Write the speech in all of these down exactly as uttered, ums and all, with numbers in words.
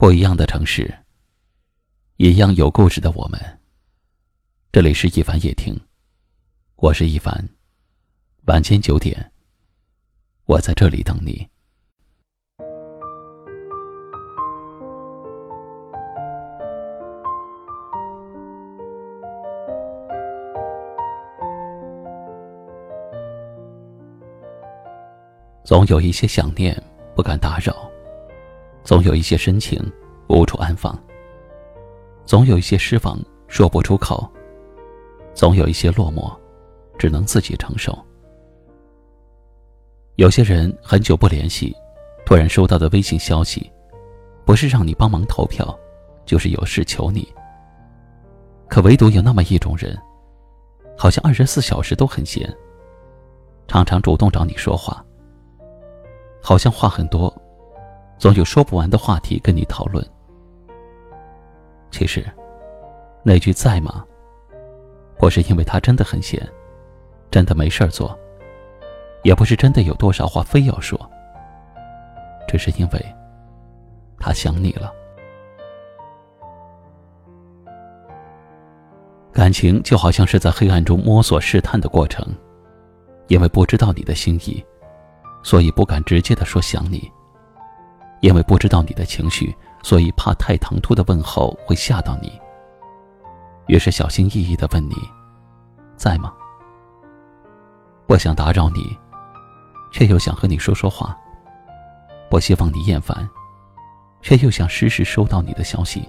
不一样的城市，一样有故事的我们。这里是一凡夜听，我是一凡。晚间九点，我在这里等你。总有一些想念不敢打扰，总有一些深情无处安放，总有一些失望说不出口，总有一些落寞只能自己承受。有些人很久不联系，突然收到的微信消息，不是让你帮忙投票，就是有事求你。可唯独有那么一种人，好像二十四小时都很闲，常常主动找你说话，好像话很多，总有说不完的话题跟你讨论。其实那句在吗，不是因为他真的很闲，真的没事儿做，也不是真的有多少话非要说，只是因为他想你了。感情就好像是在黑暗中摸索试探的过程，因为不知道你的心意，所以不敢直接地说想你，因为不知道你的情绪，所以怕太唐突的问候会吓到你，于是小心翼翼地问你在吗。不想打扰你，却又想和你说说话，不希望你厌烦，却又想时时收到你的消息。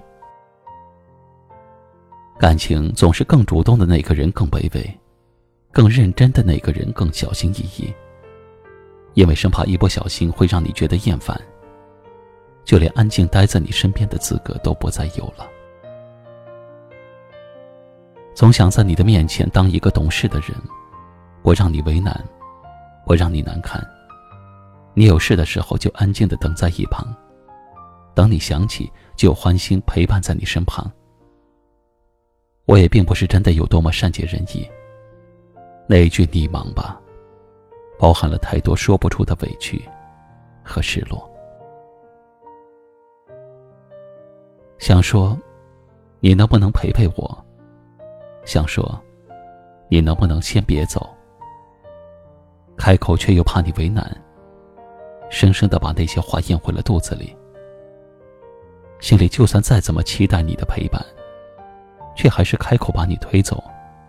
感情总是更主动的那个人更卑微，更认真的那个人更小心翼翼，因为生怕一不小心会让你觉得厌烦，就连安静待在你身边的资格都不再有了。总想在你的面前当一个懂事的人，不让你为难，不让你难堪。你有事的时候就安静地等在一旁，等你想起就欢心陪伴在你身旁。我也并不是真的有多么善解人意，那一句你忙吧，包含了太多说不出的委屈和失落。想说你能不能陪陪我，想说你能不能先别走，开口却又怕你为难，生生地把那些话咽回了肚子里。心里就算再怎么期待你的陪伴，却还是开口把你推走。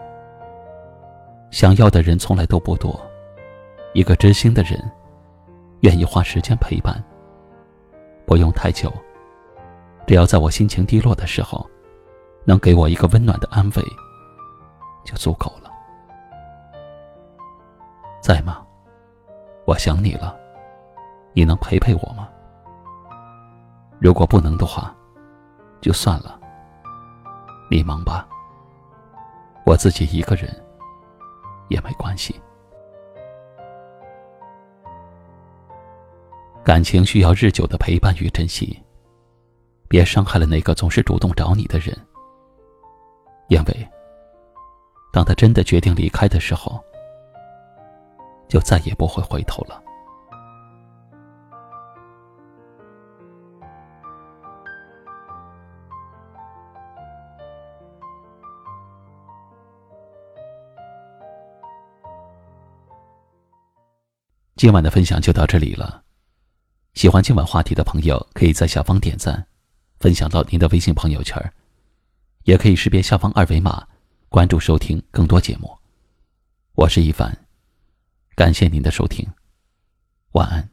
想要的人从来都不多，一个知心的人愿意花时间陪伴，不用太久，只要在我心情低落的时候能给我一个温暖的安慰就足够了。在吗？我想你了，你能陪陪我吗？如果不能的话，就算了，你忙吧，我自己一个人也没关系。感情需要日久的陪伴与珍惜，别伤害了那个总是主动找你的人，因为当他真的决定离开的时候，就再也不会回头了。今晚的分享就到这里了，喜欢今晚话题的朋友可以在下方点赞，分享到您的微信朋友圈，也可以识别下方二维码关注收听更多节目。我是一凡，感谢您的收听，晚安。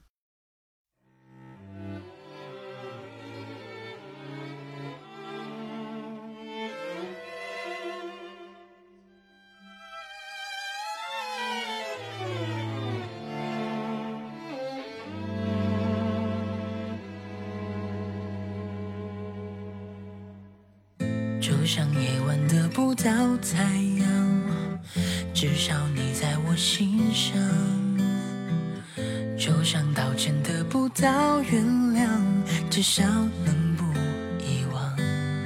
就像夜晚得不到太阳，至少你在我心上。就像道歉得不到原谅，至少能不遗忘。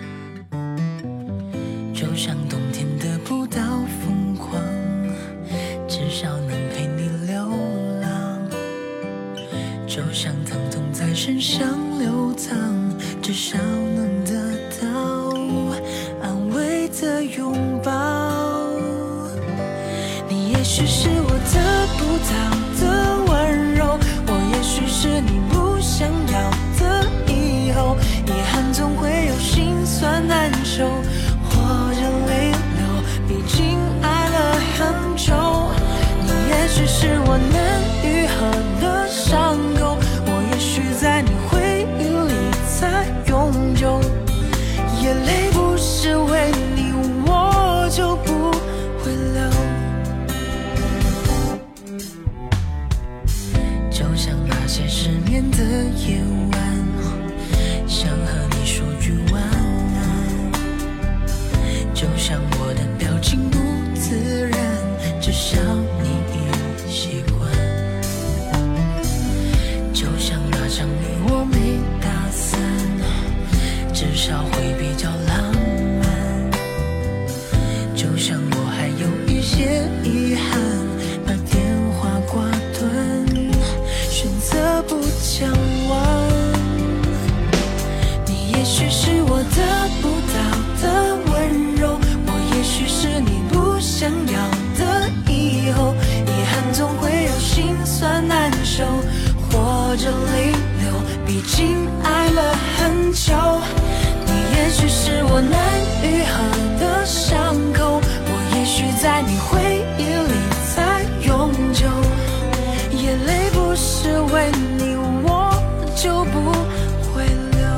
就像冬天得不到疯狂，至少能陪你流浪。就像疼痛在身上流淌，至少少能得到安慰的拥抱。你也许是我得不到的温柔，我也许是你不想要的以后。遗憾总会有心酸难受，或者泪流，毕竟爱了很久。你也许是我难愈合的伤口，我也许在你回忆里才永久。眼泪不是为你，我就不会流。就像那些失眠的夜晚，想和你说句晚安。就像我的表情不自然，至少你已习惯。就像那场雨我没打伞，至少会比较浪漫。就像我还有一些遗憾，把电话挂断，选择不讲完。你也许是我得不到的温柔，我也许是你不想要的以后。遗憾总会有心酸难受，或者泪流，毕竟爱了很久。你也许是我难愈合的伤口，我也许在你回忆里才永久。眼泪不是为你，我就不会流。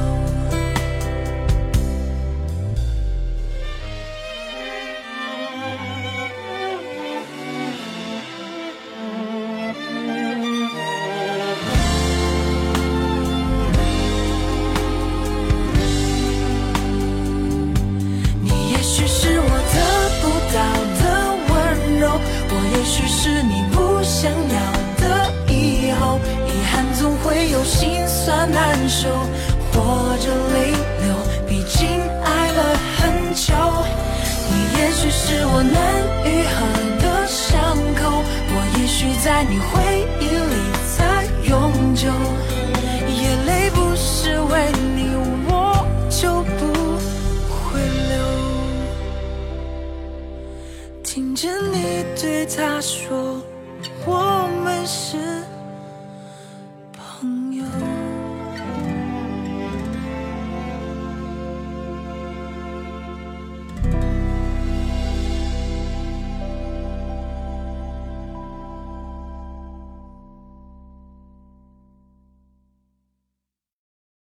你也许是我得不到的温柔，我也许是你不想要的以后。遗憾总会有心酸难受，或者泪流，毕竟爱了很久。你也许是我难愈合的伤口，我也许在你回忆